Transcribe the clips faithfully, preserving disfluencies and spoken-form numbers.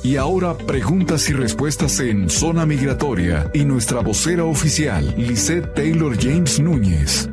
Y ahora preguntas y respuestas en Zona Migratoria y nuestra vocera oficial, Lizeth Taylor James Núñez.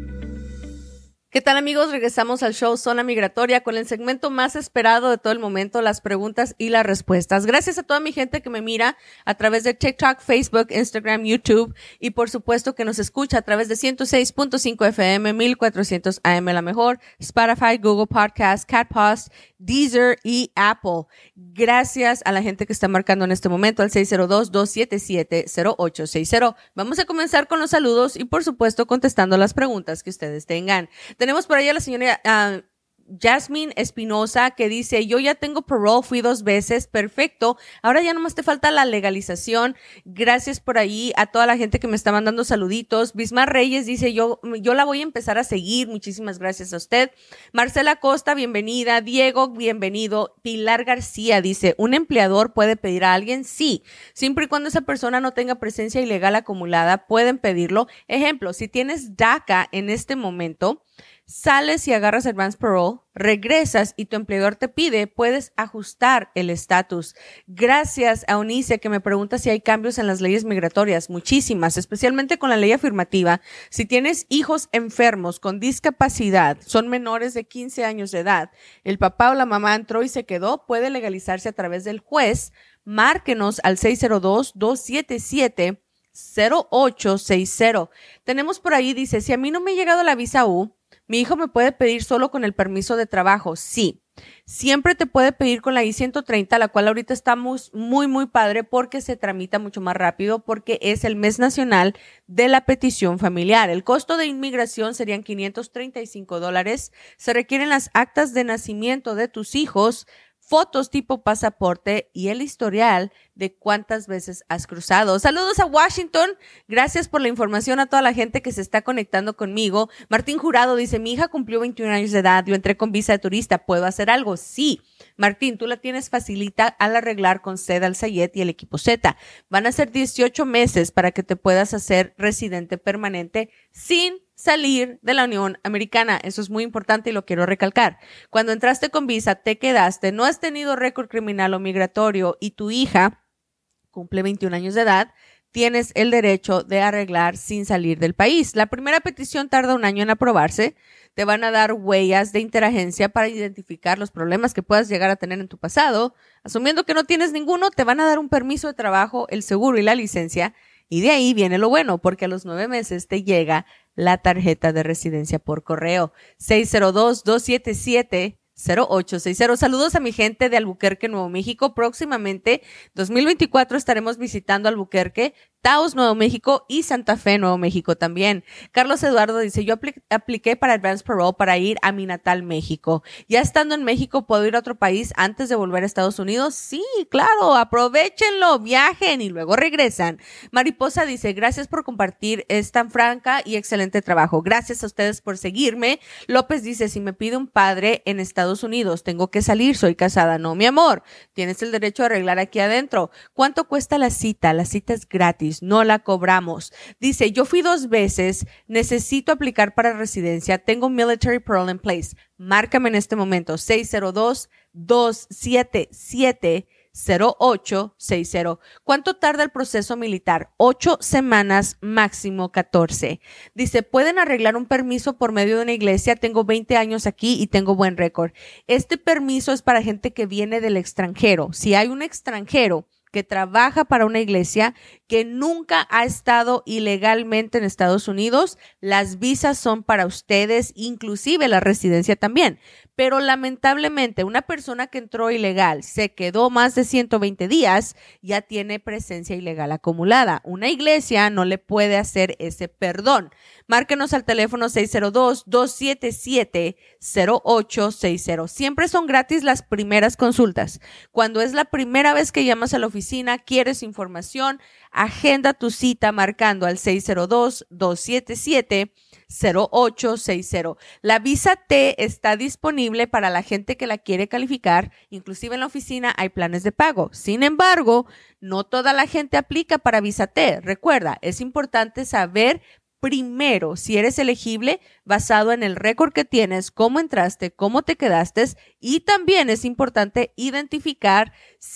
¿Qué tal, amigos? Regresamos al show Zona Migratoria con el segmento más esperado de todo el momento, las preguntas y las respuestas. Gracias a toda mi gente que me mira a través de TikTok, Facebook, Instagram, YouTube y por supuesto que nos escucha a través de ciento seis punto cinco F M, mil cuatrocientos A M La Mejor, Spotify, Google Podcasts, Catpost, Deezer y Apple. Gracias a la gente que está marcando en este momento al seis cero dos, dos siete siete, cero ocho seis cero. Vamos a comenzar con los saludos y por supuesto contestando las preguntas que ustedes tengan. Tenemos por ahí a la señora uh, Jasmine Espinosa que dice, yo ya tengo parole, fui dos veces, perfecto, ahora ya nomás te falta la legalización. Gracias por ahí a toda la gente que me está mandando saluditos. Bismar Reyes dice, yo, yo la voy a empezar a seguir, muchísimas gracias a usted. Marcela Costa, bienvenida. Diego, bienvenido. Pilar García dice, ¿un empleador puede pedir a alguien? Sí, siempre y cuando esa persona no tenga presencia ilegal acumulada, pueden pedirlo. Ejemplo, si tienes DACA en este momento, sales y agarras Advance Parole, regresas y tu empleador te pide, puedes ajustar el estatus. Gracias a Unice que me pregunta si hay cambios en las leyes migratorias. Muchísimas, especialmente con la ley afirmativa. Si tienes hijos enfermos con discapacidad, son menores de quince años de edad, el papá o la mamá entró y se quedó, puede legalizarse a través del juez. Márquenos al seis cero dos, dos siete siete, cero ocho seis cero. Tenemos por ahí, dice, si a mí no me ha llegado la visa U, mi hijo me puede pedir solo con el permiso de trabajo. Sí, siempre te puede pedir con la I ciento treinta, la cual ahorita está muy, muy, muy padre porque se tramita mucho más rápido porque es el mes nacional de la petición familiar. El costo de inmigración serían quinientos treinta y cinco dólares. Se requieren las actas de nacimiento de tus hijos, fotos tipo pasaporte y el historial de cuántas veces has cruzado. Saludos a Washington. Gracias por la información a toda la gente que se está conectando conmigo. Martín Jurado dice, mi hija cumplió veintiún años de edad. Yo entré con visa de turista. ¿Puedo hacer algo? Sí. Martín, tú la tienes facilita al arreglar con Zed Al-Sayed y el equipo Z. Van a ser dieciocho meses para que te puedas hacer residente permanente sin salir de la Unión Americana. Eso es muy importante y lo quiero recalcar. Cuando entraste con visa, te quedaste, no has tenido récord criminal o migratorio y tu hija cumple veintiún años de edad, tienes el derecho de arreglar sin salir del país. La primera petición tarda un año en aprobarse. Te van a dar huellas de interagencia para identificar los problemas que puedas llegar a tener en tu pasado. Asumiendo que no tienes ninguno, te van a dar un permiso de trabajo, el seguro y la licencia. Y de ahí viene lo bueno, porque a los nueve meses te llega la tarjeta de residencia por correo. seis cero dos, dos siete siete, cero ocho seis cero. Saludos a mi gente de Albuquerque, Nuevo México. Próximamente, dos mil veinticuatro, estaremos visitando Albuquerque, Taos, Nuevo México y Santa Fe, Nuevo México también. Carlos Eduardo dice, yo apli- apliqué para Advance Parole para ir a mi natal México. Ya estando en México, ¿puedo ir a otro país antes de volver a Estados Unidos? Sí, claro, aprovechenlo, viajen y luego regresan. Mariposa dice, gracias por compartir, es tan franca y excelente trabajo. Gracias a ustedes por seguirme. López dice, si me pide un padre en Estados Unidos, tengo que salir, soy casada. No, mi amor, tienes el derecho a arreglar aquí adentro. ¿Cuánto cuesta la cita? La cita es gratis. No la cobramos. Dice, yo fui dos veces, necesito aplicar para residencia, tengo military parole in place. Márcame en este momento, seis cero dos, dos siete siete, cero ocho seis cero. ¿Cuánto tarda el proceso militar? Ocho semanas, máximo catorce. Dice, ¿pueden arreglar un permiso por medio de una iglesia? Tengo veinte años aquí y tengo buen récord. Este permiso es para gente que viene del extranjero. Si hay un extranjero que trabaja para una iglesia que nunca ha estado ilegalmente en Estados Unidos, las visas son para ustedes, inclusive la residencia también. Pero lamentablemente una persona que entró ilegal, se quedó más de ciento veinte días, ya tiene presencia ilegal acumulada. Una iglesia no le puede hacer ese perdón. Márquenos al teléfono seis cero dos, dos siete siete, cero ocho seis cero. Siempre son gratis las primeras consultas. Cuando es la primera vez que llamas a la oficina, quieres información, agenda tu cita marcando al seis cero dos, dos siete siete, cero ocho seis cero. La visa T está disponible para la gente que la quiere calificar. Inclusive en la oficina hay planes de pago. Sin embargo, no toda la gente aplica para visa T. Recuerda, es importante saber primero si eres elegible basado en el récord que tienes, cómo entraste, cómo te quedaste, y también es importante identificar si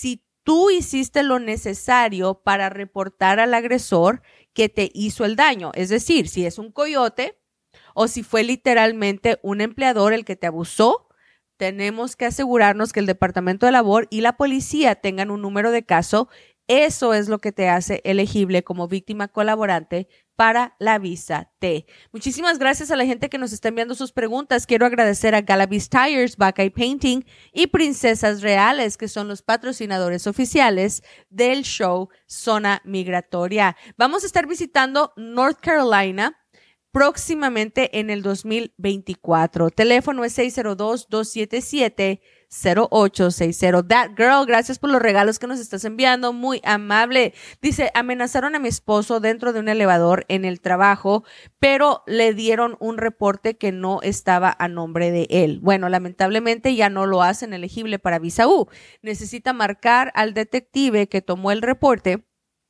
tú hiciste lo necesario para reportar al agresor que te hizo el daño. Es decir, si es un coyote o si fue literalmente un empleador el que te abusó, tenemos que asegurarnos que el Departamento de Labor y la policía tengan un número de caso. Eso es lo que te hace elegible como víctima colaborante para la visa T. Muchísimas gracias a la gente que nos está enviando sus preguntas. Quiero agradecer a Galavis Tires, Buckeye Painting y Princesas Reales, que son los patrocinadores oficiales del show Zona Migratoria. Vamos a estar visitando North Carolina próximamente en el dos mil veinticuatro. Teléfono es seis cero dos, dos siete siete, cero ocho seis cero. That girl, gracias por los regalos que nos estás enviando, muy amable. Dice, amenazaron a mi esposo dentro de un elevador en el trabajo, pero le dieron un reporte que no estaba a nombre de él. Bueno, lamentablemente ya no lo hacen elegible para visa U. Necesita marcar al detective que tomó el reporte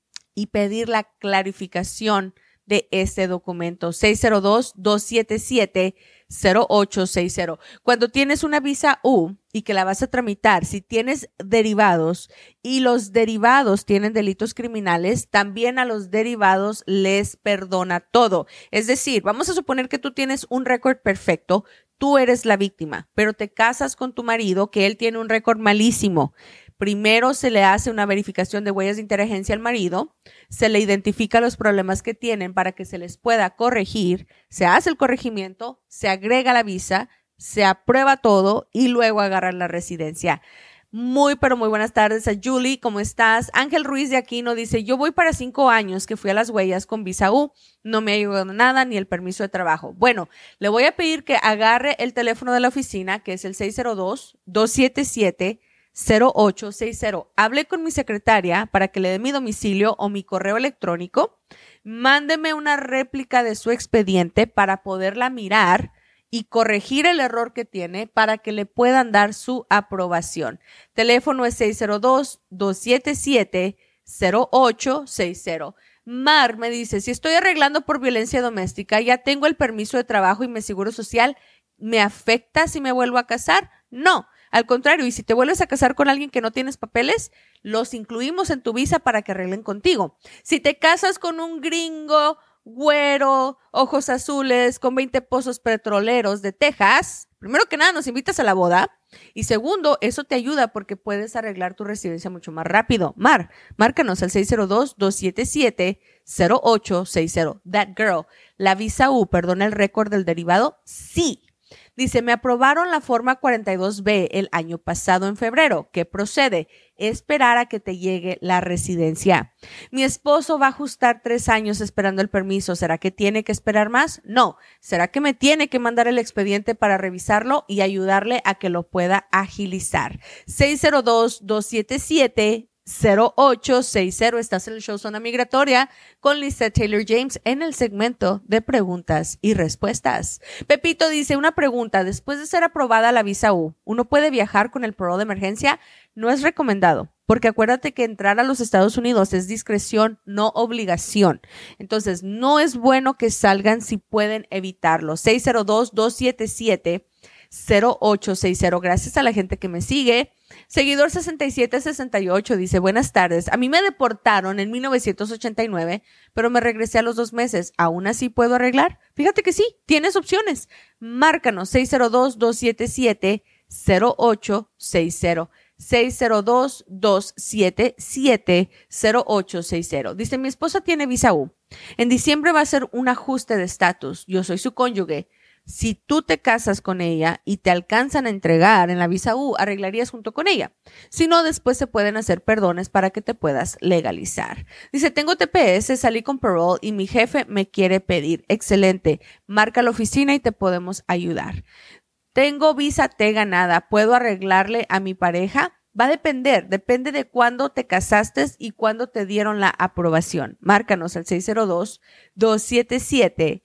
y pedir la clarificación de este documento. seis cero dos, dos siete siete, cero ocho seis cero. Cuando tienes una visa U y que la vas a tramitar, si tienes derivados y los derivados tienen delitos criminales, también a los derivados les perdona todo. Es decir, vamos a suponer que tú tienes un récord perfecto, tú eres la víctima, pero te casas con tu marido que él tiene un récord malísimo. Primero se le hace una verificación de huellas de inteligencia al marido, se le identifica los problemas que tienen para que se les pueda corregir, se hace el corregimiento, se agrega la visa, se aprueba todo y luego agarran la residencia. Muy, pero muy buenas tardes a Julie, ¿cómo estás? Ángel Ruiz de Aquino dice, yo voy para cinco años que fui a las huellas con visa U, no me ha llegado nada ni el permiso de trabajo. Bueno, le voy a pedir que agarre el teléfono de la oficina, que es el seis cero dos, dos siete siete, cero ocho seis cero. Hablé con mi secretaria para que le dé mi domicilio o mi correo electrónico. Mándeme una réplica de su expediente para poderla mirar y corregir el error que tiene para que le puedan dar su aprobación. Teléfono es seis cero dos, dos siete siete, cero ocho seis cero. Mar me dice, si estoy arreglando por violencia doméstica, ya tengo el permiso de trabajo y mi seguro social, ¿me afecta si me vuelvo a casar? No. Al contrario, y si te vuelves a casar con alguien que no tienes papeles, los incluimos en tu visa para que arreglen contigo. Si te casas con un gringo, güero, ojos azules, con veinte pozos petroleros de Texas, primero que nada nos invitas a la boda y segundo, eso te ayuda porque puedes arreglar tu residencia mucho más rápido. Mar, márcanos al seis cero dos, dos siete siete, cero ocho seis cero. That girl, la visa U, perdona el récord del derivado, sí. Dice, me aprobaron la forma cuarenta y dos B el año pasado en febrero. ¿Qué procede? Esperar a que te llegue la residencia. Mi esposo va a ajustar tres años esperando el permiso. ¿Será que tiene que esperar más? No. ¿Será que me tiene que mandar el expediente para revisarlo y ayudarle a que lo pueda agilizar? seis cero dos, dos siete siete, cero ocho seis cero. Estás en el show Zona Migratoria con Lisette Taylor James en el segmento de preguntas y respuestas. Pepito dice, una pregunta, después de ser aprobada la visa U, ¿uno puede viajar con el parole de emergencia? No es recomendado, porque acuérdate que entrar a los Estados Unidos es discreción, no obligación. Entonces, no es bueno que salgan si pueden evitarlo. seis cero dos, dos siete siete, cero ocho seis cero. Gracias a la gente que me sigue. Seguidor sesenta y siete sesenta y ocho dice, buenas tardes, a mí me deportaron en mil novecientos ochenta y nueve, pero me regresé a los dos meses, ¿aún así puedo arreglar? Fíjate que sí, tienes opciones. Márcanos seis cero dos, dos siete siete, cero ocho seis cero. seis cero dos, dos siete siete, cero ocho seis cero. Dice, mi esposa tiene visa U. En diciembre va a ser un ajuste de estatus. Yo soy su cónyuge. Si tú te casas con ella y te alcanzan a entregar en la visa U, arreglarías junto con ella. Si no, después se pueden hacer perdones para que te puedas legalizar. Dice, tengo T P S, salí con parole y mi jefe me quiere pedir. Excelente. Marca la oficina y te podemos ayudar. Tengo visa T ganada. ¿Puedo arreglarle a mi pareja? Va a depender. Depende de cuándo te casaste y cuándo te dieron la aprobación. Márcanos al seis cero dos, dos siete siete,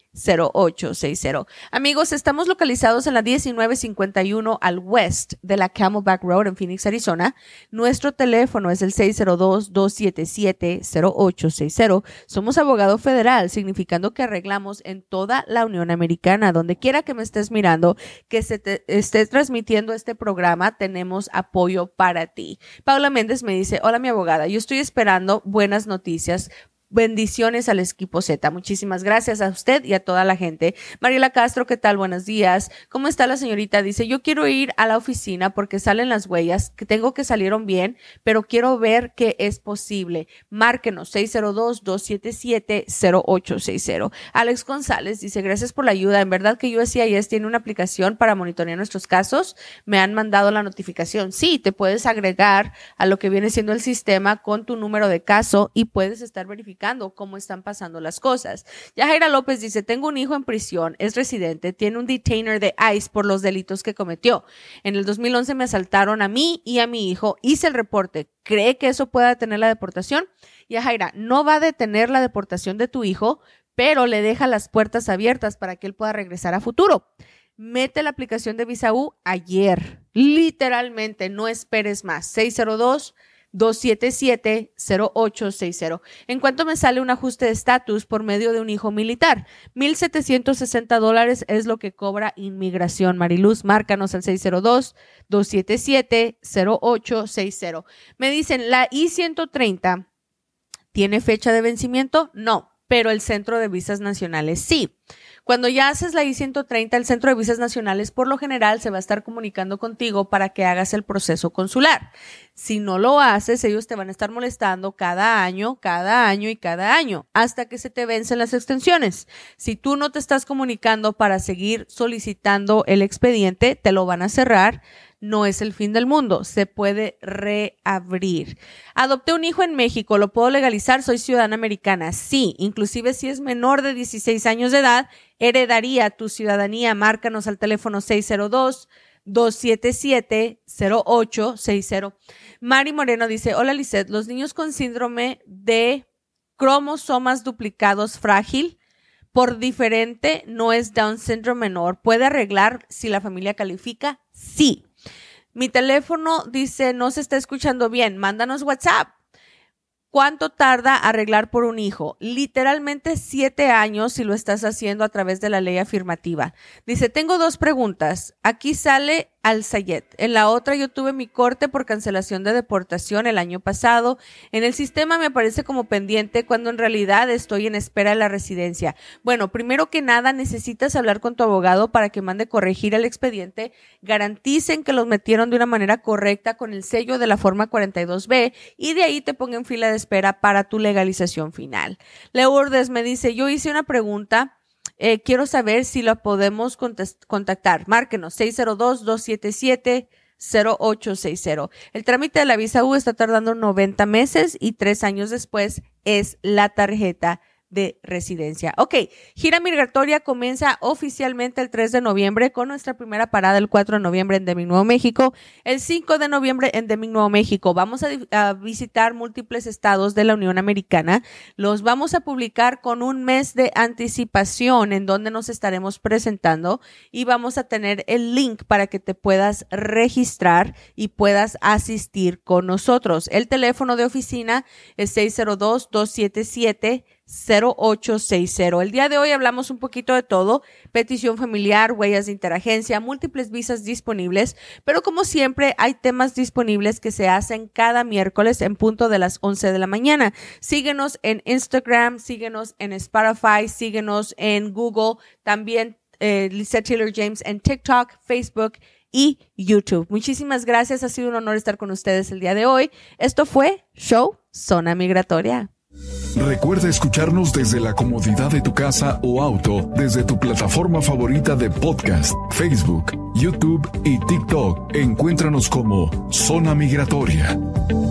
cero ocho seis cero. Amigos, estamos localizados en la diecinueve cincuenta y uno al west de la Camelback Road en Phoenix, Arizona. Nuestro teléfono es el seis cero dos, dos siete siete, cero ocho seis cero. Somos abogado federal, significando que arreglamos en toda la Unión Americana. Donde quiera que me estés mirando, que se te esté transmitiendo este programa, tenemos apoyo para ti. Paula Méndez me dice, hola mi abogada, yo estoy esperando buenas noticias. Bendiciones al equipo Z. Muchísimas gracias a usted y a toda la gente. Mariela Castro, ¿qué tal? Buenos días. ¿Cómo está la señorita? Dice, yo quiero ir a la oficina porque salen las huellas, que tengo que salieron bien, pero quiero ver que es posible. Márquenos seis cero dos, dos siete siete, cero ocho seis cero. Alex González dice, gracias por la ayuda. En verdad que U S C I S tiene una aplicación para monitorear nuestros casos. Me han mandado la notificación. Sí, te puedes agregar a lo que viene siendo el sistema con tu número de caso y puedes estar verificando cómo están pasando las cosas. Yajaira López dice, tengo un hijo en prisión, es residente, tiene un detainer de ICE por los delitos que cometió. En el dos mil once me asaltaron a mí y a mi hijo, hice el reporte. ¿Cree que eso pueda detener la deportación? Yajaira, no va a detener la deportación de tu hijo, pero le deja las puertas abiertas para que él pueda regresar a futuro. Mete la aplicación de Visa U ayer. Literalmente, no esperes más. seis cero dos, dos siete siete, cero ocho seis cero. En cuanto me sale un ajuste de estatus por medio de un hijo militar, mil setecientos sesenta dólares es lo que cobra inmigración. Mariluz, márcanos al seis cero dos, dos siete siete, cero ocho seis cero. Me dicen, ¿la I ciento treinta tiene fecha de vencimiento? No, pero el Centro de Visas Nacionales sí. Cuando ya haces la I ciento treinta, el Centro de Visas Nacionales por lo general se va a estar comunicando contigo para que hagas el proceso consular. Si no lo haces, ellos te van a estar molestando cada año, cada año y cada año, hasta que se te vencen las extensiones. Si tú no te estás comunicando para seguir solicitando el expediente, te lo van a cerrar. No es el fin del mundo, se puede reabrir. Adopté un hijo en México, ¿lo puedo legalizar? Soy ciudadana americana. Sí, inclusive si es menor de dieciséis años de edad, heredaría tu ciudadanía. Márcanos al teléfono seis cero dos, dos siete siete, cero ocho seis cero. Mari Moreno dice, hola Lisette, los niños con síndrome de cromosomas duplicados frágil por diferente no es Down syndrome menor. ¿Puede arreglar si la familia califica? Sí. Mi teléfono dice, no se está escuchando bien. Mándanos WhatsApp. ¿Cuánto tarda arreglar por un hijo? Literalmente siete años si lo estás haciendo a través de la ley afirmativa. Dice, tengo dos preguntas. Aquí sale Al-Sayed. En la otra yo tuve mi corte por cancelación de deportación el año pasado. En el sistema me aparece como pendiente cuando en realidad estoy en espera de la residencia. Bueno, primero que nada necesitas hablar con tu abogado para que mande corregir el expediente. Garanticen que los metieron de una manera correcta con el sello de la forma cuarenta y dos B y de ahí te ponga en fila de espera para tu legalización final. Lourdes me dice, yo hice una pregunta. Eh, quiero saber si lo podemos contest- contactar. Márquenos seis cero dos, dos siete siete, cero ocho seis cero. El trámite de la visa U está tardando noventa meses y tres años después es la tarjeta de residencia. Ok, gira migratoria comienza oficialmente el tres de noviembre con nuestra primera parada el cuatro de noviembre en Deming, Nuevo México, el cinco de noviembre en Deming, Nuevo México. Vamos a, a visitar múltiples estados de la Unión Americana. Los vamos a publicar con un mes de anticipación en donde nos estaremos presentando y vamos a tener el link para que te puedas registrar y puedas asistir con nosotros. El teléfono de oficina es seis cero dos, dos siete siete, cero ocho seis cero. El día de hoy hablamos un poquito de todo, petición familiar, huellas de interagencia, múltiples visas disponibles, pero como siempre hay temas disponibles que se hacen cada miércoles en punto de las once de la mañana. Síguenos en Instagram, síguenos en Spotify, síguenos en Google, también eh, Lisette Taylor James en TikTok, Facebook y YouTube. Muchísimas gracias, ha sido un honor estar con ustedes el día de hoy. Esto fue Show Zona Migratoria. Recuerda escucharnos desde la comodidad de tu casa o auto, desde tu plataforma favorita de podcast, Facebook, YouTube y TikTok. Encuéntranos como Zona Migratoria.